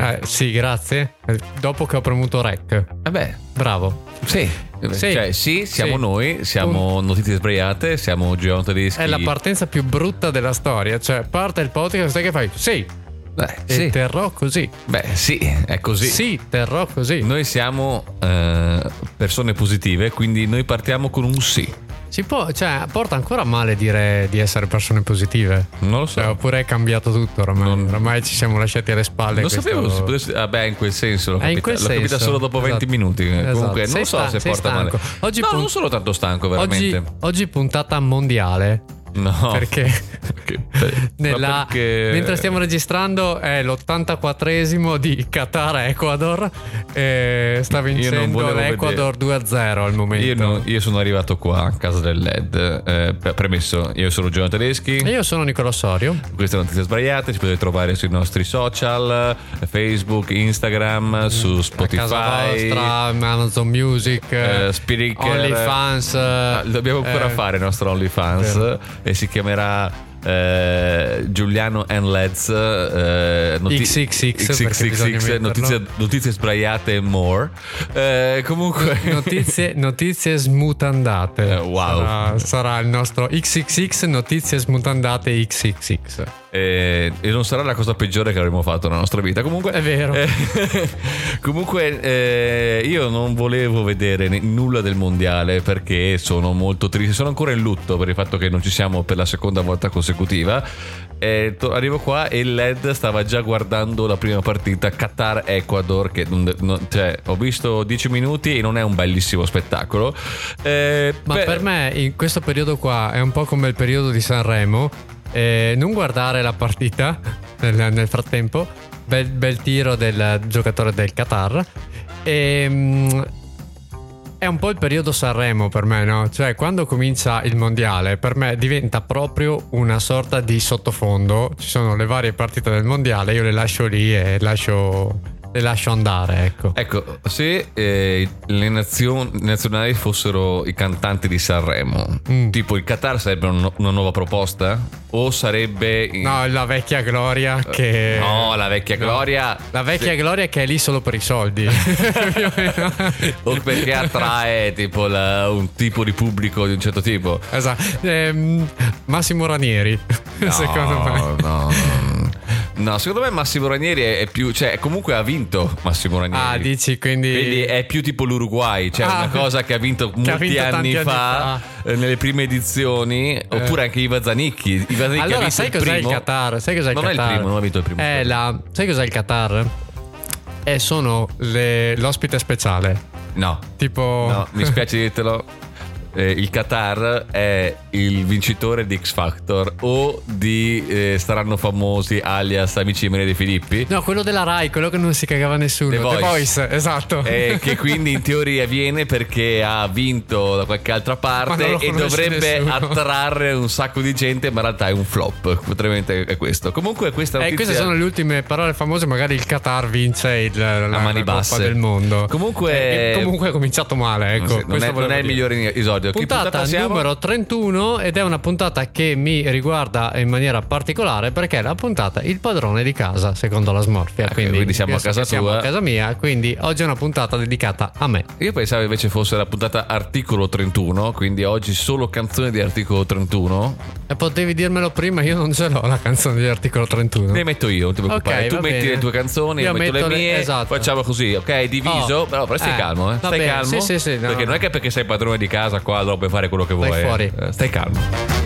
Sì, grazie. Dopo che ho premuto rec. Bravo. Sì. Cioè, siamo noi, siamo Notizie Sbraiate, siamo Giovanni Tedeschi. È la partenza più brutta della storia. Cioè, parte il podcast, sai che fai? Sì. E terrò così. Sì, è così. Sì, terrò così. Noi siamo persone positive, quindi noi partiamo con un sì. Si può, cioè, porta ancora male dire di essere persone positive. Non lo so. Oppure è cambiato tutto ormai. Ormai ci siamo lasciati alle spalle. Non sapevo se potesse. In quel senso l'ho capita solo dopo 20 minuti. Esatto. Comunque non so se porta stanco. male. Oggi non sono tanto stanco, veramente. Oggi puntata mondiale. No, perché mentre stiamo registrando è l'84esimo di Qatar-Ecuador, sta vincendo l'Ecuador 2-0 al momento. Io sono arrivato qua a casa del LED. Premesso, io sono Giovanni Tedeschi e io sono Nicola Osorio. Queste Notizie Sbraiate ci potete trovare sui nostri social, Facebook, Instagram, su Spotify, a casa vostra, Amazon Music, Spreaker, OnlyFans. Dobbiamo ancora fare il nostro OnlyFans e si chiamerà Giuliano and Leds XXX notizie sbraiate e more. Comunque notizie smutandate. Wow, sarà il nostro XXX notizie smutandate XXX. E non sarà la cosa peggiore che avremmo fatto nella nostra vita. Comunque è vero. Comunque io non volevo vedere nulla del mondiale perché sono molto triste. Sono ancora in lutto per il fatto che non ci siamo per la seconda volta consecutiva. Arrivo qua e il LED stava già guardando la prima partita Qatar-Ecuador, che cioè, ho visto 10 minuti e non è un bellissimo spettacolo. Ma per me in questo periodo qua è un po' come il periodo di Sanremo. Non guardare la partita nel frattempo. Bel tiro del giocatore del Qatar. È un po' il periodo Sanremo per me, no? Cioè, quando comincia il mondiale, per me diventa proprio una sorta di sottofondo. Ci sono le varie partite del mondiale, io le lascio lì e le lascio andare, ecco. Se le nazionali fossero i cantanti di Sanremo, tipo il Qatar sarebbe una nuova proposta? O sarebbe no, la vecchia gloria che la vecchia gloria che è lì solo per i soldi o perché attrae tipo un tipo di pubblico di un certo tipo. Esatto. Massimo Ranieri. Secondo me no, secondo me Massimo Ranieri è più, cioè comunque ha vinto Massimo Ranieri. Dici quindi è più tipo l'Uruguay, cioè una cosa che ha vinto molti anni fa nelle prime edizioni, oppure anche Iva Zanicchi. Allora sai cos'è il Qatar? Sai cos'è il Qatar? Non è il primo, non ha vinto il primo. Sai cos'è il Qatar? Sono l'ospite speciale. No. Tipo no, mi spiace dirtelo. Il Qatar è il vincitore di X Factor o di Saranno Famosi alias Amici di Maria De Filippi. No, quello della Rai, quello che non si cagava nessuno. The Voice, esatto. Che quindi in teoria viene perché ha vinto da qualche altra parte e dovrebbe attrarre un sacco di gente, ma in realtà è un flop. Potrebbe è questo. Comunque queste sono le ultime parole famose. Magari il Qatar vince la Coppa del Mondo. Comunque è cominciato male, ecco. Non è il migliore esordio. Puntata numero 31 ed è una puntata che mi riguarda in maniera particolare perché è la puntata Il padrone di casa secondo la smorfia. Quindi siamo a casa tua. Siamo a casa mia, quindi oggi è una puntata dedicata a me. Io pensavo invece fosse la puntata articolo 31, quindi oggi solo canzone di articolo 31. E potevi dirmelo prima, io non ce l'ho la canzone di articolo 31. Ne metto io, non ti preoccupare. Tu metti le tue canzoni, io metto le mie. Esatto. Facciamo così, ok? Diviso. Però stai calmo, Stai calmo. Sì, no. Perché non è che perché sei padrone di casa qua allora puoi fare quello che vuoi. Stai fuori. Stai calmo.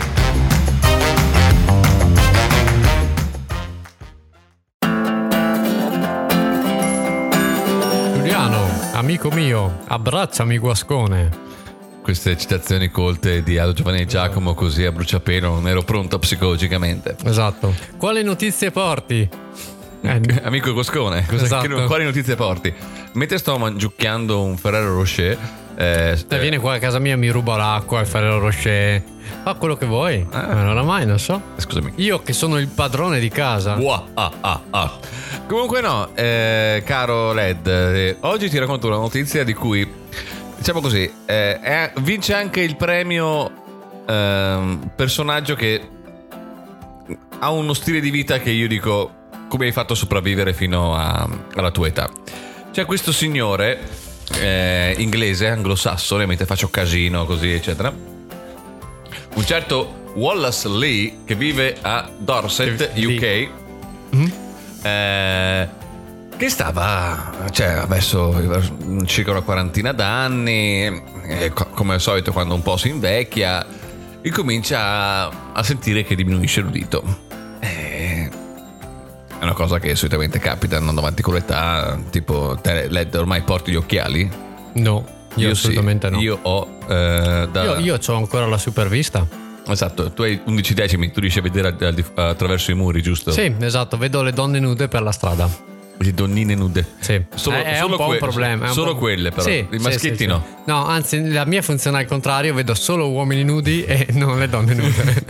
Giuliano, amico mio, abbracciami guascone. Queste citazioni colte di Aldo Giovanni e Giacomo così a bruciapelo, non ero pronto psicologicamente. Esatto. Quali notizie porti? Amico Guascone, esatto. Quali notizie porti? Mentre sto mangiucchiando un Ferrero Rocher, vieni qua a casa mia, mi rubo l'acqua, il Ferrero Rocher, fa quello che vuoi. Non oramai non so. Scusami. Io che sono il padrone di casa. Comunque no, caro Led, oggi ti racconto una notizia di cui, diciamo così, vince anche il premio personaggio che ha uno stile di vita che io dico come hai fatto a sopravvivere fino alla tua età. C'è questo signore inglese, anglosassone, mentre faccio casino così eccetera, un certo Wallace Lee, che vive a Dorset, UK, che stava, verso circa una quarantina d'anni, come al solito quando un po' si invecchia incomincia a sentire che diminuisce l'udito. È una cosa che solitamente capita andando avanti con l'età. Tipo, te Led, ormai porti gli occhiali? No, io assolutamente sì. no. Io ho io ho ancora la supervista. Esatto, tu hai 11 decimi, tu riesci a vedere attraverso i muri, giusto? Sì, esatto, vedo le donne nude per la strada. Le donnine nude. Sì, è solo un po' un problema. Solo quelle però, sì, i maschietti sì. no. No, anzi, la mia funziona al contrario, vedo solo uomini nudi e non le donne nude.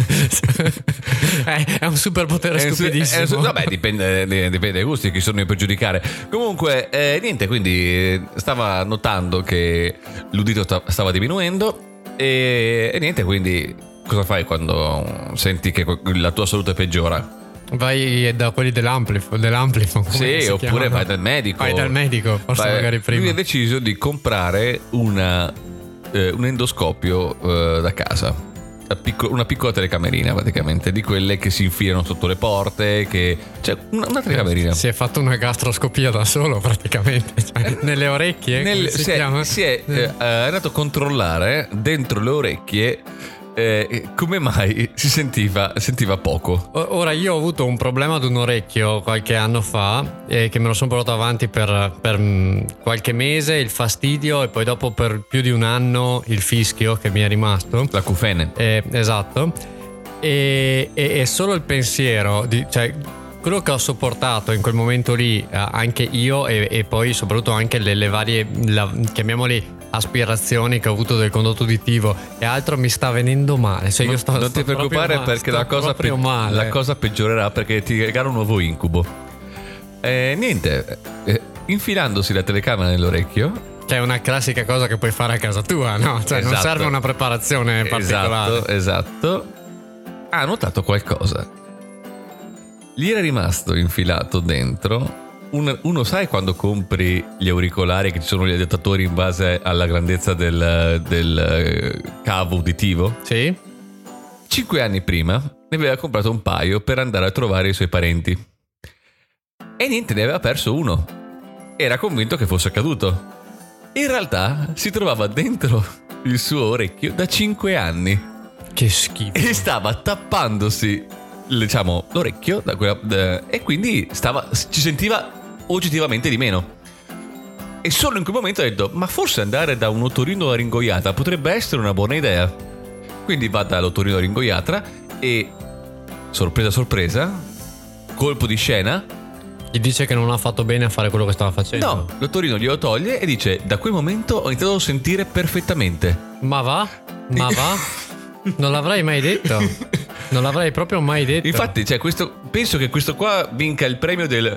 È un superpotere stupidissimo. Vabbè, dipende dai gusti, chi sono io per giudicare. Comunque, niente, quindi stava notando che l'udito stava diminuendo e niente, quindi cosa fai quando senti che la tua salute peggiora? Vai da quelli dell'Amplifon. Sì, oppure vai dal medico. Forse magari prima. Lui ha deciso di comprare un endoscopio da casa. Una piccola telecamerina praticamente, di quelle che si infilano sotto le porte, cioè una telecamerina. Si è fatto una gastroscopia da solo praticamente, cioè, nelle orecchie. Si è andato a controllare dentro le orecchie come mai si sentiva poco. Ora, io ho avuto un problema ad un orecchio qualche anno fa, che me lo sono portato avanti per qualche mese, il fastidio, e poi dopo per più di un anno il fischio che mi è rimasto, l'acufene. Esatto. E solo il pensiero cioè quello che ho sopportato in quel momento lì, anche io e poi soprattutto anche le varie, chiamiamoli aspirazioni che ho avuto del condotto uditivo e altro, mi sta venendo male. Cioè, io non ti preoccupare perché la cosa peggiorerà, perché ti regala un nuovo incubo. Niente, infilandosi la telecamera nell'orecchio, che è una classica cosa che puoi fare a casa tua, no? Cioè, esatto, non serve una preparazione particolare. Esatto. Ha notato qualcosa. Gli era rimasto infilato dentro uno, sai quando compri gli auricolari che ci sono gli adattatori in base alla grandezza del cavo uditivo? Sì. 5 anni prima ne aveva comprato un paio per andare a trovare i suoi parenti. E niente, ne aveva perso uno. Era convinto che fosse caduto. In realtà si trovava dentro il suo orecchio da 5 anni. Che schifo. E stava tappandosi, diciamo, l'orecchio e quindi ci sentiva oggettivamente di meno. E solo in quel momento ha detto: ma forse andare da un otorinolaringoiatra potrebbe essere una buona idea. Quindi va dall'otorinolaringoiatra e sorpresa, colpo di scena, gli dice che non ha fatto bene a fare quello che stava facendo. No, l'otorino glielo toglie e dice: da quel momento ho iniziato a sentire perfettamente. Ma va? Non l'avrei mai detto. Non l'avrei proprio mai detto. Infatti, cioè, penso che questo qua vinca il premio del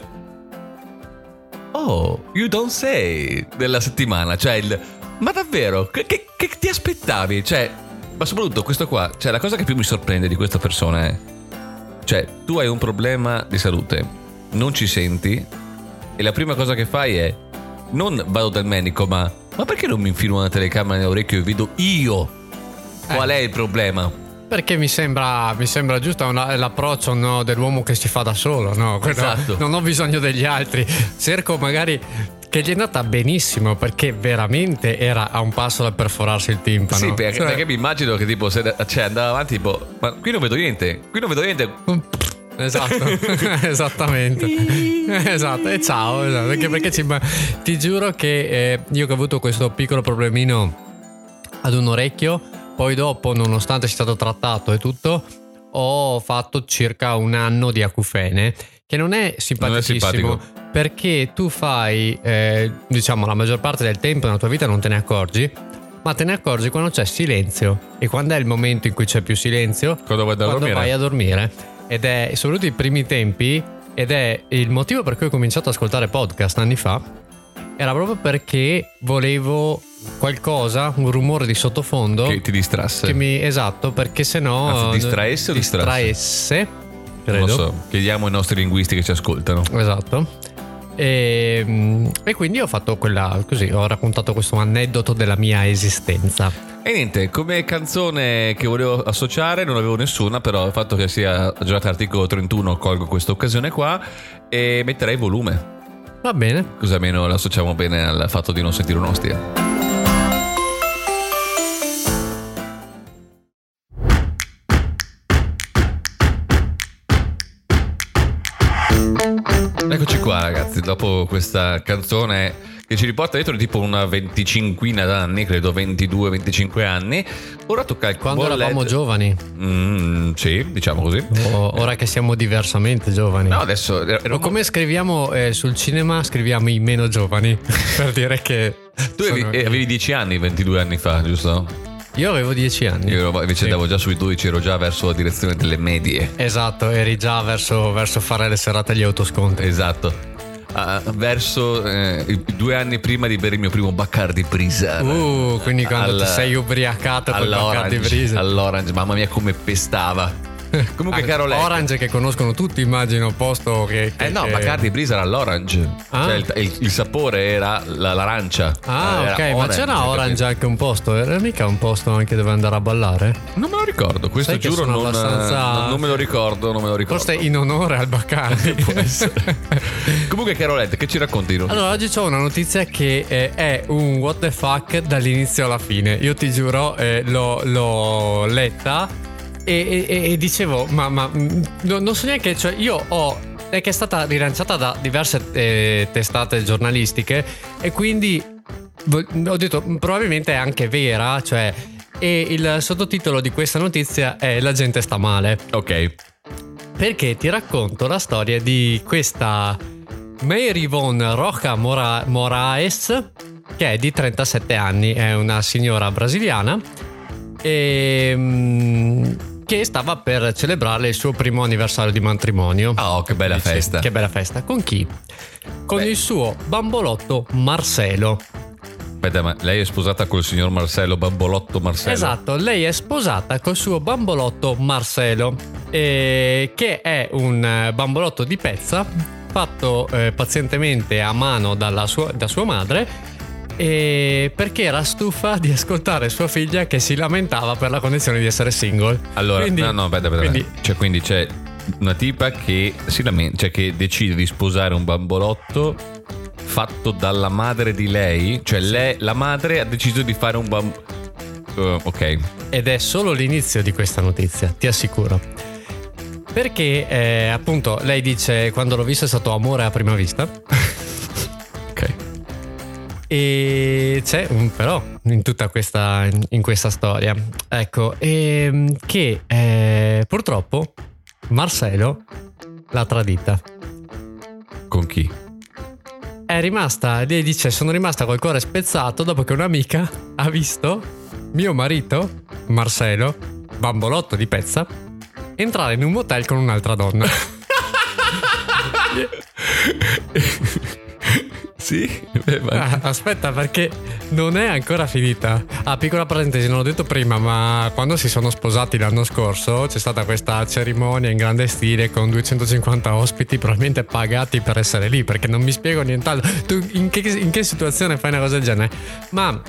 "Oh, you don't say" della settimana. Cioè ma davvero? Che ti aspettavi? Cioè, ma soprattutto questo qua, cioè la cosa che più mi sorprende di questa persona è, cioè, tu hai un problema di salute, non ci senti, e la prima cosa che fai è: non vado dal medico, ma perché non mi infilo una telecamera nell'orecchio e vedo io qual è il problema? Perché mi sembra giusto l'approccio, no, dell'uomo che si fa da solo, no? Esatto. Non ho bisogno degli altri. Cerco magari che gli è andata benissimo, perché veramente era a un passo dal perforarsi il timpano. Sì, perché mi immagino che tipo andava avanti tipo: ma qui non vedo niente. Esatto. Esattamente. Esatto. E ciao, esatto. Perché ti giuro che io che ho avuto questo piccolo problemino ad un orecchio, poi dopo, nonostante sia stato trattato e tutto, ho fatto circa un anno di acufene, che non è simpaticissimo, perché tu fai, diciamo, la maggior parte del tempo nella tua vita non te ne accorgi, ma te ne accorgi quando c'è silenzio. E quando è il momento in cui c'è più silenzio? Quando vai a dormire. Ed è soprattutto i primi tempi, ed è il motivo per cui ho cominciato ad ascoltare podcast anni fa. Era proprio perché volevo qualcosa, un rumore di sottofondo che ti distrasse. Esatto, perché sennò distraesse o distraesse. credo. Non lo so, chiediamo ai nostri linguisti che ci ascoltano. Esatto. E quindi ho fatto così, ho raccontato questo aneddoto della mia esistenza. E niente, come canzone che volevo associare non avevo nessuna, però il fatto che sia giornata articolo 31 colgo questa occasione qua e metterei volume. Va bene. Così almeno l'associamo bene al fatto di non sentire un'ostia. Eccoci qua ragazzi, dopo questa canzone che ci riporta dietro tipo una 25 d'anni, credo 22-25 anni. Ora tocca il quando eravamo giovani. Sì, diciamo così. Ora che siamo diversamente giovani. No, adesso come scriviamo sul cinema, scriviamo i meno giovani per dire che tu avevi 10 anni 22 anni fa, giusto? Io avevo 10 anni. Io invece andavo già sui 12, ero già verso la direzione delle medie. Esatto, eri già verso fare le serate agli autoscontri. Esatto. Verso 2 anni prima di bere il mio primo Bacardi Breezer. Quindi quando ti sei ubriacato con Bacardi Breezer. All'Orange, mamma mia come pestava. Comunque caro Led, Orange che conoscono tutti, immagino, posto che Bacardi Breezer all'orange. Cioè il sapore era l'arancia. Ok, ma c'era Orange anche un posto. Era mica un posto anche dove andare a ballare? Non me lo ricordo, questo sai giuro non me lo ricordo. Forse in onore al Bacardi. Può essere. Comunque caro Led, che ci racconti? Allora oggi c'ho una notizia che è un what the fuck dall'inizio alla fine. Io ti giuro, l'ho letta e dicevo ma non so neanche, cioè è che è stata rilanciata da diverse testate giornalistiche e quindi ho detto probabilmente è anche vera, cioè, e il sottotitolo di questa notizia è La gente sta male. Ok. Perché ti racconto la storia di questa Mary Von Roca Moraes, che è di 37 anni, è una signora brasiliana che stava per celebrare il suo primo anniversario di matrimonio. Oh, che bella festa. Che bella festa. Con chi? Con il suo bambolotto Marcelo. Aspetta, ma lei è sposata col signor Marcello, bambolotto Marcello? Esatto, lei è sposata col suo bambolotto Marcelo, che è un bambolotto di pezza fatto pazientemente a mano da sua madre, perché era stufa di ascoltare sua figlia che si lamentava per la condizione di essere single. Allora, aspetta. Quindi c'è una tipa che si lamenta, cioè che decide di sposare un bambolotto fatto dalla madre di lei, cioè la madre ha deciso di fare un ok. Ed è solo l'inizio di questa notizia, ti assicuro. Perché appunto lei dice: quando l'ho visto è stato amore a prima vista. Ok. E c'è un però in tutta questa storia, ecco, che purtroppo Marcelo l'ha tradita. Con chi? Lei dice: sono rimasta col cuore spezzato dopo che un'amica ha visto mio marito Marcelo, bambolotto di pezza, entrare in un motel con un'altra donna. Sì? Aspetta, perché non è ancora finita. Piccola parentesi, non l'ho detto prima, ma quando si sono sposati l'anno scorso c'è stata questa cerimonia in grande stile con 250 ospiti, probabilmente pagati per essere lì, perché non mi spiego nient'altro. Tu in che situazione fai una cosa del genere? Ma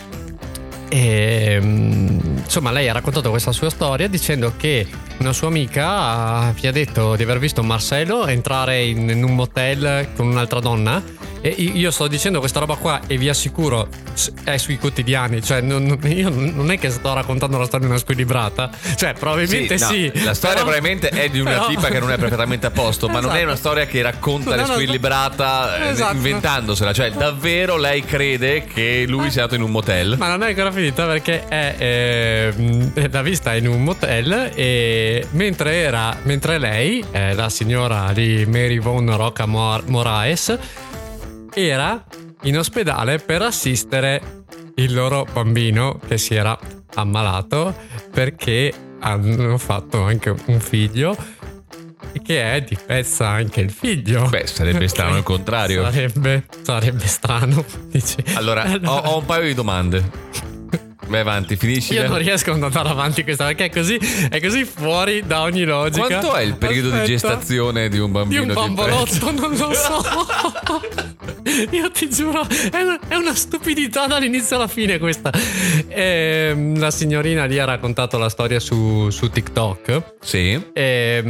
insomma, lei ha raccontato questa sua storia dicendo che una sua amica vi ha detto di aver visto Marcelo entrare in un motel con un'altra donna. E io sto dicendo questa roba qua e vi assicuro è sui quotidiani, cioè io non è che sto raccontando la storia di una squilibrata, cioè probabilmente sì, la storia probabilmente è di una tipa che non è perfettamente a posto, ma non è una storia che racconta la squilibrata inventandosela, cioè davvero lei crede che lui sia andato in un motel. Ma non è ancora finita, perché l'ha vista in un motel e mentre lei, la signora di Mary Von Roca Moraes, era in ospedale per assistere il loro bambino che si era ammalato, perché hanno fatto anche un figlio che è di pezza anche il figlio. Beh, sarebbe strano il contrario. Sarebbe strano, dici. Allora, ho un paio di domande. Vai avanti, finisci. Io non riesco ad andare avanti questa perché è così fuori da ogni logica. Quanto è il periodo di gestazione di un bambino? Di un bambolotto, non lo so. Io ti giuro, è una stupidità dall'inizio alla fine questa. La signorina lì ha raccontato la storia su TikTok. Sì. E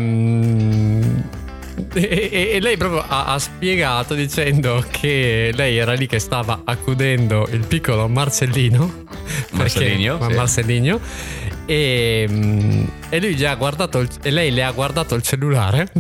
lei proprio ha spiegato dicendo che lei era lì che stava accudendo il piccolo Marcellino. Marcellino. E lui gli ha guardato e lei le ha guardato il cellulare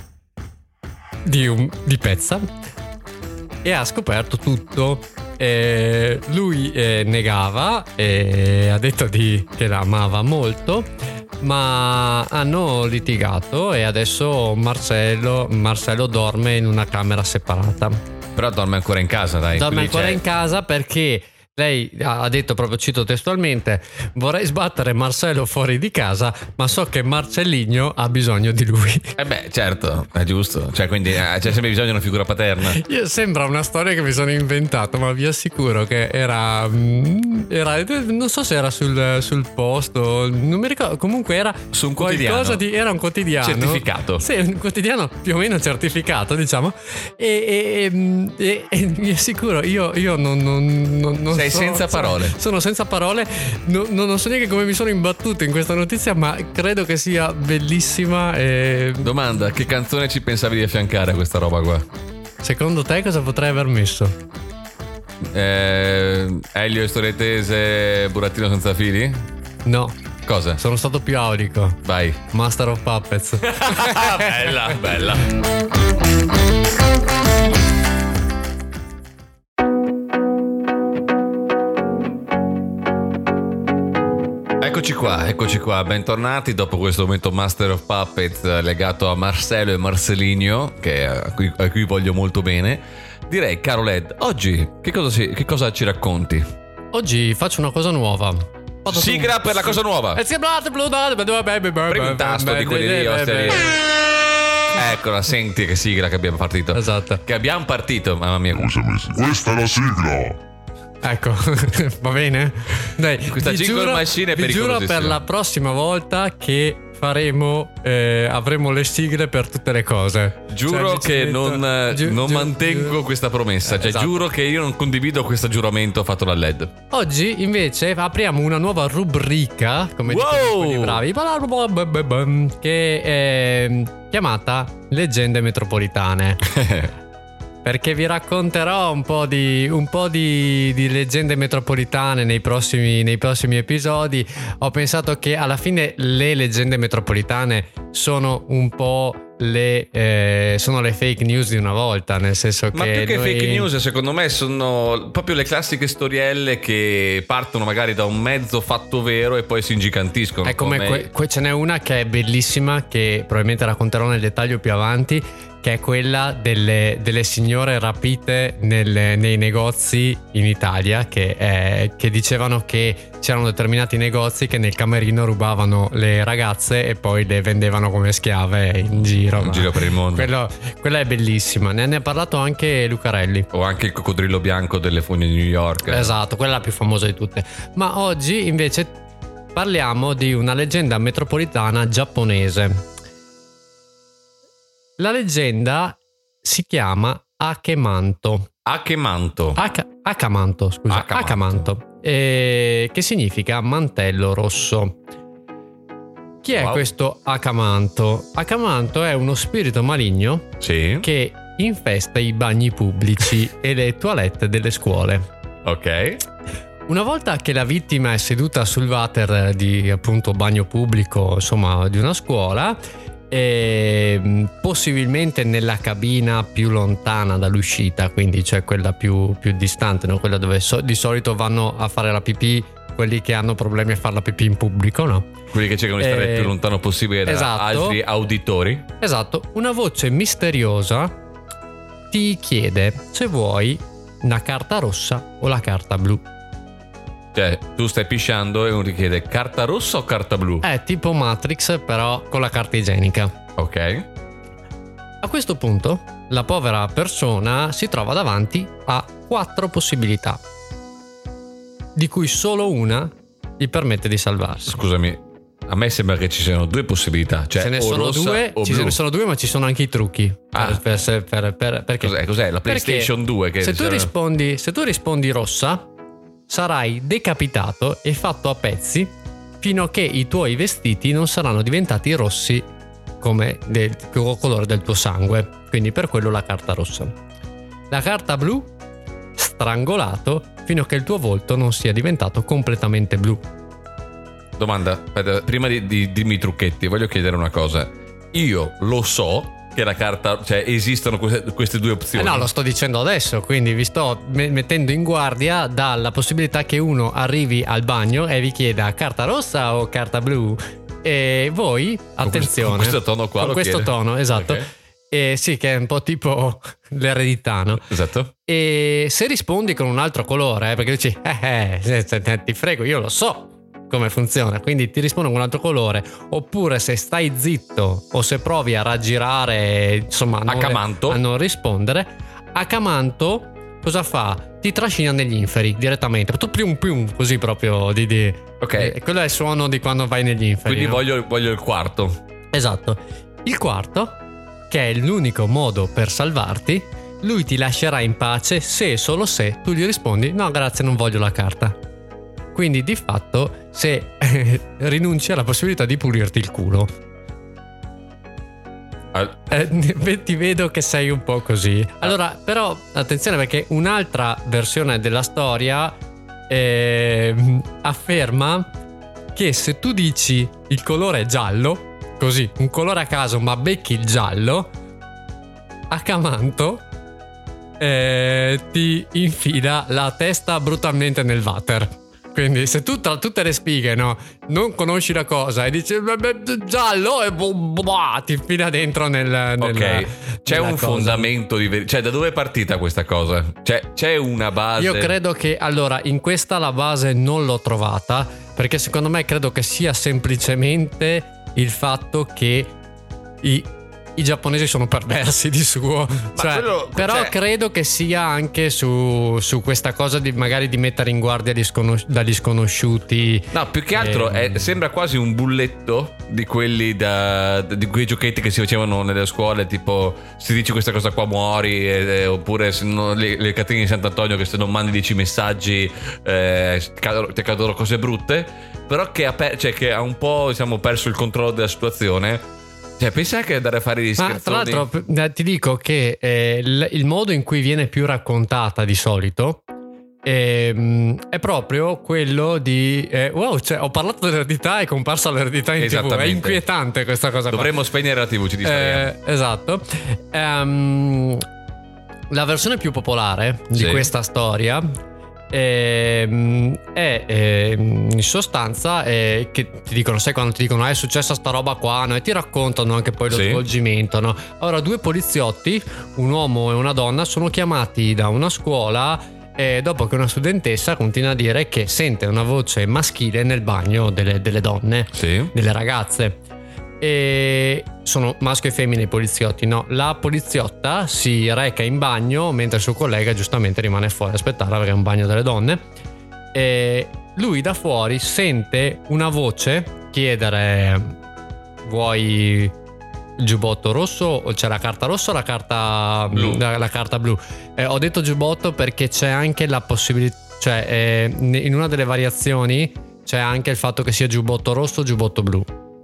di Pezza e ha scoperto tutto. Lui negava e ha detto che la amava molto, ma hanno litigato e adesso Marcello dorme in una camera separata. Però dorme ancora in casa, dai. Dorme ancora in casa perché lei ha detto, proprio cito testualmente: vorrei sbattere Marcello fuori di casa, ma so che Marcellino ha bisogno di lui. Beh, certo, è giusto. Cioè, quindi c'è sempre bisogno di una figura paterna. Sembra una storia che mi sono inventato, ma vi assicuro che era non so se era sul posto, non mi ricordo, comunque era su un quotidiano. Era un quotidiano certificato. Sì, un quotidiano più o meno certificato, diciamo. E vi assicuro, io non sei senza parole. Sono senza parole. Non so neanche come mi sono imbattuto in questa notizia, ma credo che sia bellissima. Domanda: che canzone ci pensavi di affiancare a questa roba qua? Secondo te cosa potrei aver messo? Elio e storie tese, burattino senza fili? No. Cosa? Sono stato più aulico. Vai. Master of Puppets. Bella. Eccoci qua, bentornati dopo questo momento Master of Puppets legato a Marcello e Marcelino, a cui voglio molto bene. Direi, caro Led, oggi che cosa ci racconti? Oggi faccio una cosa nuova. Sigla per la cosa nuova. Premi un tasto di quelli lì, Eccola, senti che sigla che abbiamo partito. Esatto. Che abbiamo partito, mamma mia. Questa è la sigla. Ecco, va bene? Dai, questa jingle machine è pericolosissima. Vi giuro per la prossima volta che avremo le sigle per tutte le cose. Giuro che non mantengo questa promessa. Cioè, esatto. Giuro che io non condivido questo giuramento fatto da Led. Oggi invece apriamo una nuova rubrica, come dicono quelli bravi, che è chiamata Leggende metropolitane. Perché vi racconterò un po' di leggende metropolitane nei prossimi episodi. Ho pensato che alla fine le leggende metropolitane sono un po' sono le fake news di una volta, nel senso ma che più che fake news secondo me sono proprio le classiche storielle che partono magari da un mezzo fatto vero e poi si ingigantiscono. È come ce n'è una che è bellissima, che probabilmente racconterò nel dettaglio più avanti, che è quella delle signore rapite nei negozi in Italia, che dicevano che c'erano determinati negozi che nel camerino rubavano le ragazze e poi le vendevano come schiave in giro per il mondo. Quella è bellissima, ne ha parlato anche Lucarelli. O anche il coccodrillo bianco delle fogne di New York. Esatto, quella è la più famosa di tutte. Ma oggi invece parliamo di una leggenda metropolitana giapponese. La leggenda si chiama Akemanto. Akamanto, che significa mantello rosso. Chi è questo Akamanto? Akamanto è uno spirito maligno che infesta i bagni pubblici e le toilette delle scuole. Ok. Una volta che la vittima è seduta sul water di appunto bagno pubblico, insomma, di una scuola, e possibilmente nella cabina più lontana dall'uscita, quindi cioè quella più distante, no? Quella dove di solito vanno a fare la pipì quelli che hanno problemi a fare la pipì in pubblico, no? Quelli che cercano di stare il più lontano possibile da altri auditori. Esatto. Una voce misteriosa ti chiede se vuoi una carta rossa o la carta blu. Cioè, tu stai pisciando e uno ti chiede carta rossa o carta blu? È tipo Matrix, però con la carta igienica. Ok. A questo punto, la povera persona si trova davanti a 4 possibilità, di cui solo una gli permette di salvarsi. Scusami, a me sembra che ci siano due possibilità, cioè Ce ne o sono rossa due, o ce blu. ne sono due, ma ci sono anche i trucchi. Perché? Cos'è? La PlayStation 2 che se tu rispondi rossa, sarai decapitato e fatto a pezzi fino a che i tuoi vestiti non saranno diventati rossi come del colore del tuo sangue. Quindi per quello la carta rossa. La carta blu, strangolato fino a che il tuo volto non sia diventato completamente blu. Domanda, aspetta, prima di dirmi i trucchetti, voglio chiedere una cosa. Io lo so che la carta, cioè esistono queste due opzioni. No, lo sto dicendo adesso, quindi vi sto mettendo in guardia dalla possibilità che uno arrivi al bagno e vi chieda carta rossa o carta blu. E voi, attenzione, con questo tono qua, con questo chiede. tono, esatto. Okay. Sì, che è un po' tipo l'eredità, no? Esatto. E se rispondi con un altro colore, perché dici ti frego, io lo so come funziona, quindi ti rispondo con un altro colore, oppure se stai zitto o se provi a raggirare, insomma, Acamanto. a non rispondere, Acamanto cosa fa? Ti trascina negli inferi direttamente, pium, così proprio ok. Quello è il suono di quando vai negli inferi. Quindi no? voglio il quarto. Esatto. Il quarto, che è l'unico modo per salvarti, lui ti lascerà in pace se e solo se tu gli rispondi no grazie, non voglio la carta. Quindi di fatto se rinunci alla possibilità di pulirti il culo. Ti vedo che sei un po' così. Allora, però attenzione, perché un'altra versione della storia afferma che se tu dici il colore è giallo, così, un colore a caso, ma becchi il giallo, Acamanto ti infila la testa brutalmente nel water. Quindi se tu tra tutte le spighe, no, non conosci la cosa e dici giallo e ti infila dentro ok, c'è un cosa. fondamento di verità, cioè da dove è partita questa cosa? Cioè c'è una base? Io credo che allora in questa la base non l'ho trovata, perché secondo me credo che sia semplicemente il fatto che i giapponesi sono perversi di suo, però credo che sia anche su questa cosa di magari di mettere in guardia dagli sconosciuti. No, più che altro sembra quasi un bulletto di quelli di quei giochetti che si facevano nelle scuole, tipo se dici questa cosa qua muori, oppure se no, le catene di Sant'Antonio che se non mandi 10 messaggi ti accadono cose brutte, però che ha un po', diciamo, perso il controllo della situazione. Cioè, pensa che andare a fare gli scherzoni. Ma tra l'altro ti dico che il modo in cui viene più raccontata di solito è proprio quello di wow, cioè, ho parlato dell'eredità, è comparsa l'eredità in TV. È inquietante questa cosa. Dovremmo spegnere la TV, ci distraiamo. Esatto. La versione più popolare di questa storia è in sostanza che ti dicono, sai quando ti dicono è successa sta roba qua, no? E ti raccontano anche poi lo svolgimento, no? Ora, due poliziotti, un uomo e una donna, sono chiamati da una scuola dopo che una studentessa continua a dire che sente una voce maschile nel bagno delle donne, delle ragazze. E sono maschio e femmina i poliziotti, no? La poliziotta si reca in bagno mentre il suo collega giustamente rimane fuori a aspettare perché è un bagno delle donne, e lui da fuori sente una voce chiedere: vuoi il giubbotto rosso o c'è la carta rossa o la carta blu? La carta blu. Ho detto giubbotto perché c'è anche la possibilità, cioè in una delle variazioni c'è anche il fatto che sia giubbotto rosso o giubbotto blu.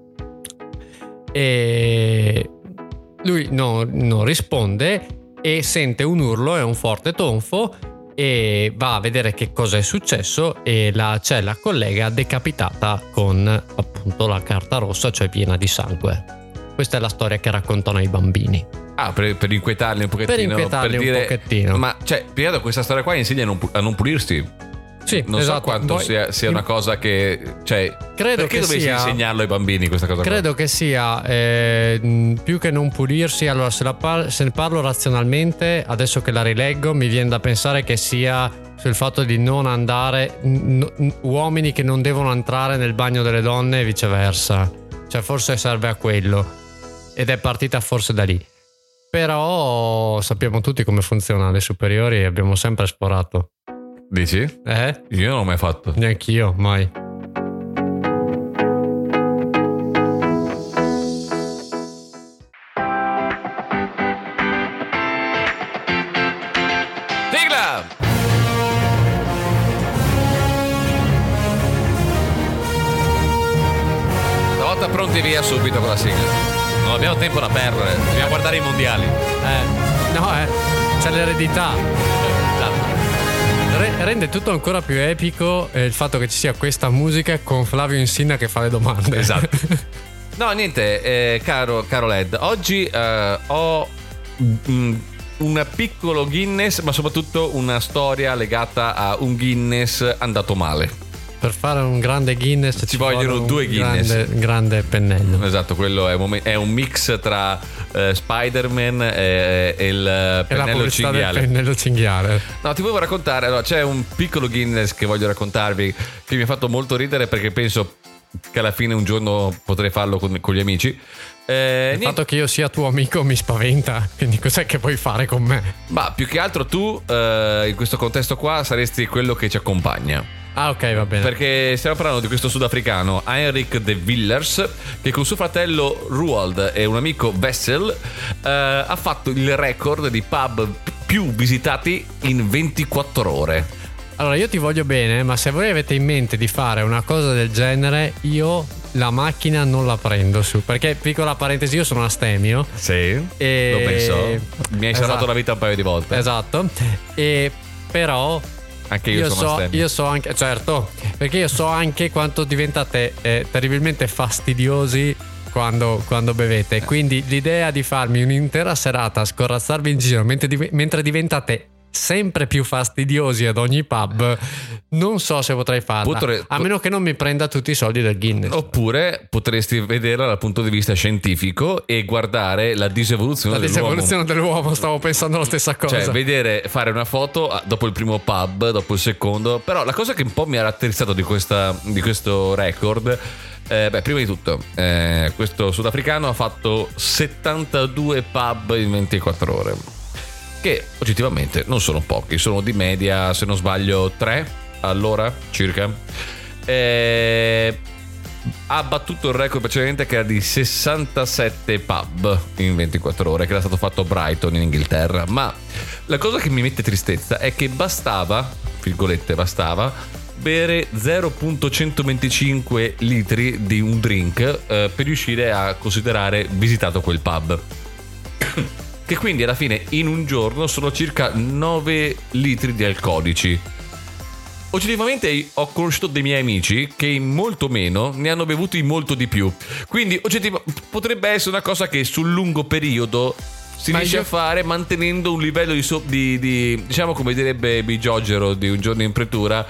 E lui non risponde e sente un urlo e un forte tonfo e va a vedere che cosa è successo, e c'è la collega decapitata con appunto la carta rossa, cioè piena di sangue. Questa è la storia che raccontano ai bambini. Per inquietarli un pochettino, per dire, un pochettino. Ma cioè, Pietro, questa storia qua insegna a non pulirsi. Sì, non so quanto sia una cosa che, cioè, credo perché che dovessi insegnarlo ai bambini questa cosa? Credo che sia più che non pulirsi. Allora, se ne parlo razionalmente, adesso che la rileggo, mi viene da pensare che sia sul fatto di non andare, uomini che non devono entrare nel bagno delle donne e viceversa. Cioè, forse serve a quello, ed è partita forse da lì. Però sappiamo tutti come funziona alle superiori e abbiamo sempre esplorato. Dici? Io non l'ho mai fatto. Neanch'io, mai. pronti via subito con la sigla. Non abbiamo tempo da perdere, dobbiamo guardare i mondiali. C'è l'eredità. Rende tutto ancora più epico il fatto che ci sia questa musica con Flavio Insinna che fa le domande. Esatto. No, niente, caro Led, oggi ho un piccolo Guinness, ma soprattutto una storia legata a un Guinness andato male. Per fare un grande Guinness ci vogliono due Guinness. Grande pennello. Esatto, quello è un mix tra Spider-Man e il pennello cinghiale. Del pennello cinghiale. No, ti volevo raccontare, allora, c'è un piccolo Guinness che voglio raccontarvi che mi ha fatto molto ridere perché penso che alla fine un giorno potrei farlo con gli amici. Il fatto che io sia tuo amico mi spaventa, quindi cos'è che puoi fare con me? Ma più che altro tu in questo contesto qua saresti quello che ci accompagna. Ah, ok, va bene. Perché stiamo parlando di questo sudafricano Heinrich de Villers che con suo fratello Roald e un amico Wessel ha fatto il record di pub più visitati in 24 ore. Allora, io ti voglio bene, ma se voi avete in mente di fare una cosa del genere, io la macchina non la prendo su. Perché, piccola parentesi, io sono astemio. Sì, lo penso. Mi hai salvato la vita un paio di volte. Esatto. E però anche io sono astemio. Io so anche, certo, perché io so anche quanto diventate terribilmente fastidiosi quando bevete. Quindi l'idea di farmi un'intera serata a scorrazzarvi in giro mentre diventate sempre più fastidiosi ad ogni pub, non so se potrei farla, a meno che non mi prenda tutti i soldi del Guinness. Oppure potresti vederla dal punto di vista scientifico e guardare la disevoluzione dell'uomo. Stavo pensando la stessa cosa, cioè fare una foto dopo il primo pub, dopo il secondo. Però la cosa che un po' mi ha rattrizzato di questo record, prima di tutto questo sudafricano ha fatto 72 pub in 24 ore, che oggettivamente non sono pochi, sono di media, se non sbaglio, 3 all'ora circa. Ha battuto il record precedente che era di 67 pub in 24 ore, che era stato fatto a Brighton in Inghilterra. Ma la cosa che mi mette tristezza è che bastava bere 0,125 litri di un drink per riuscire a considerare visitato quel pub. Che quindi alla fine in un giorno sono circa 9 litri di alcolici. Oggettivamente ho conosciuto dei miei amici che in molto meno ne hanno bevuti molto di più. Quindi potrebbe essere una cosa che sul lungo periodo si riesce a fare mantenendo un livello di diciamo, come direbbe Bigiogero di Un giorno in pretura,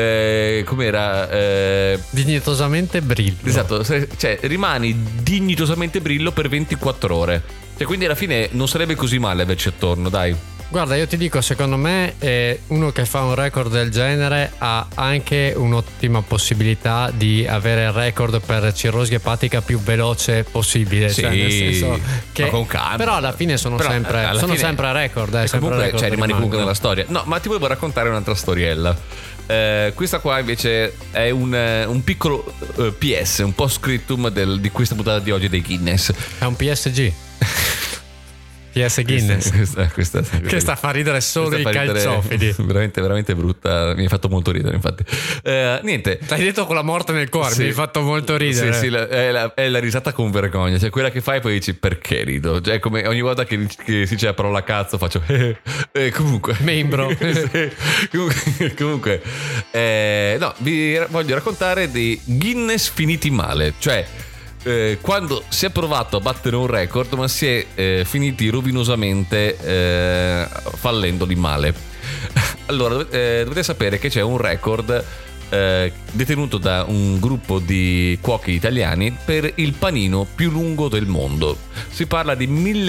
com'era? Dignitosamente brillo. Esatto, cioè rimani dignitosamente brillo per 24 ore. Cioè, quindi alla fine non sarebbe così male averci attorno, dai. Guarda, io ti dico, secondo me uno che fa un record del genere ha anche un'ottima possibilità di avere il record per cirrosi epatica più veloce possibile. Sì, cioè, nel senso che, con calma. Però alla fine sono sempre record. E comunque record rimani comunque nella storia. No, ma ti volevo raccontare un'altra storiella. Questa qua invece è un piccolo PS, un post-scriptum di questa puntata di oggi dei Guinness. È un PSG. PS Guinness. Questa che sta a far ridere solo i calciofili. Veramente, veramente brutta. Mi ha fatto molto ridere, infatti. Niente. L'hai detto con la morte nel cuore, sì. Mi hai fatto molto ridere. Sì, è la risata con vergogna. Cioè quella che fai e poi dici perché rido. Cioè come ogni volta che si dice la parola cazzo faccio comunque. Membro. Comunque no, vi voglio raccontare di Guinness finiti male. Cioè quando si è provato a battere un record ma si è finiti rovinosamente fallendoli male. Allora dovete sapere che c'è un record detenuto da un gruppo di cuochi italiani per il panino più lungo del mondo. Si parla di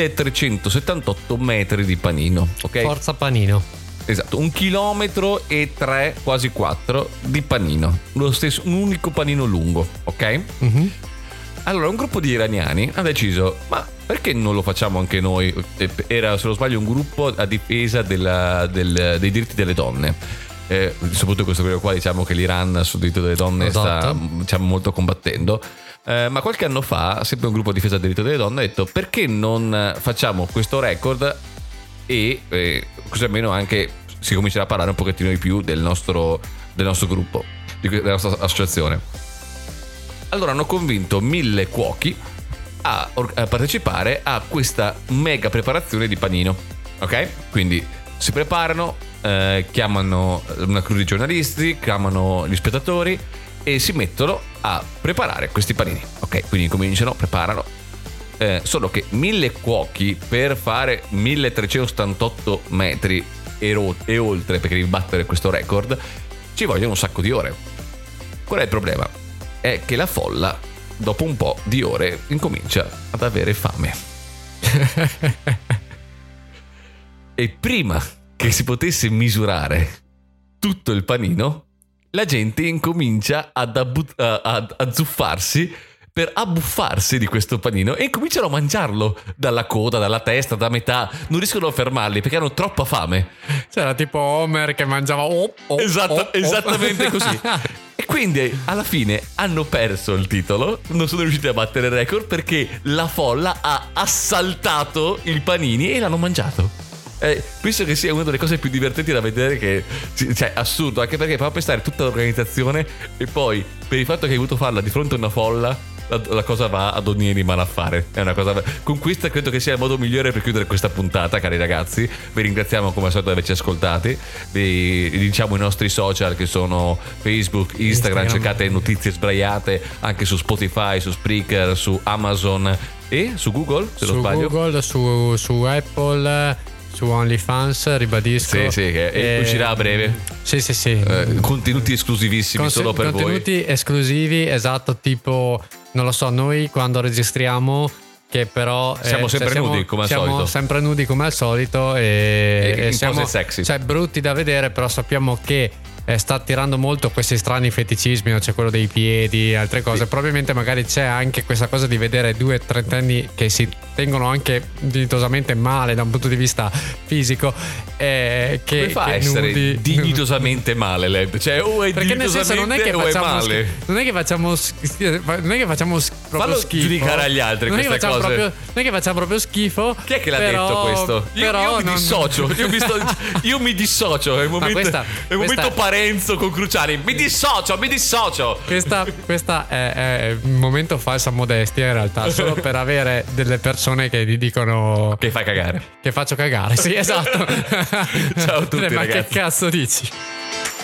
1378 metri di panino, ok? Forza panino. Esatto, 1,3 chilometri, quasi 4 di panino. Un unico panino lungo, ok? Mm-hmm. Allora un gruppo di iraniani ha deciso, ma perché non lo facciamo anche noi? Era, se non sbaglio, un gruppo a difesa dei diritti delle donne. Soprattutto questo periodo qua, diciamo che l'Iran sul diritto delle donne sta, diciamo, molto combattendo. Ma qualche anno fa, sempre un gruppo a difesa del diritto delle donne ha detto perché non facciamo questo record e così almeno anche si comincerà a parlare un pochettino di più del nostro gruppo, della nostra associazione. Allora hanno convinto 1000 cuochi a partecipare a questa mega preparazione di panino. Ok? Quindi si preparano, chiamano una crew di giornalisti, chiamano gli spettatori e si mettono a preparare questi panini. Ok, quindi cominciano, preparano. Solo che 1000 cuochi per fare 1378 metri e oltre, perché devi battere questo record, ci vogliono un sacco di ore. Qual è il problema? È che la folla, dopo un po' di ore, incomincia ad avere fame. E prima che si potesse misurare tutto il panino, la gente incomincia ad azzuffarsi per abbuffarsi di questo panino e cominciano a mangiarlo dalla coda, dalla testa, da metà. Non riescono a fermarli perché hanno troppa fame. C'era tipo Homer che mangiava esattamente così. E quindi alla fine hanno perso il titolo, non sono riusciti a battere il record perché la folla ha assaltato i panini e l'hanno mangiato. Penso che sia una delle cose più divertenti da vedere, che cioè assurdo, anche perché fa pensare tutta l'organizzazione e poi per il fatto che hai voluto farla di fronte a una folla, la cosa va ad ogni animalaffare. È una cosa. Con questa credo che sia il modo migliore per chiudere questa puntata, cari ragazzi. Vi ringraziamo come al solito di averci ascoltati. Vi diciamo i nostri social, che sono Facebook, Instagram. Cercate Notizie Sbraiate anche su Spotify, su Spreaker, su Amazon e su Google, se non sbaglio. Google, su Apple, su OnlyFans, ribadisco. Sì, che uscirà a breve. Sì. Contenuti esclusivissimi solo per voi. Contenuti esclusivi, esatto, tipo, non lo so, noi quando registriamo, che però siamo sempre nudi come al solito. Siamo sempre nudi come al solito e siamo pose sexy. Cioè brutti da vedere, però sappiamo che sta attirando molto questi strani feticismi, no? C'è quello dei piedi, altre cose. Sì. Probabilmente magari c'è anche questa cosa di vedere 2-30 che si tengono anche dignitosamente male da un punto di vista fisico. Come fa a essere dignitosamente male, Leb? Cioè, o è perché nel senso non è che facciamo proprio fallo schifo. Giudicare agli altri non queste cose. Non è che facciamo proprio schifo. Chi è che l'ha detto questo? Io mi dissocio. Io mi dissocio. È il momento Parenzo con Cruciani. Mi dissocio. Questa è un momento falsa modestia in realtà, solo per avere delle persone che gli dicono che fai cagare. Che faccio cagare, sì, esatto. Ciao a tutti, ma ragazzi. che cazzo dici?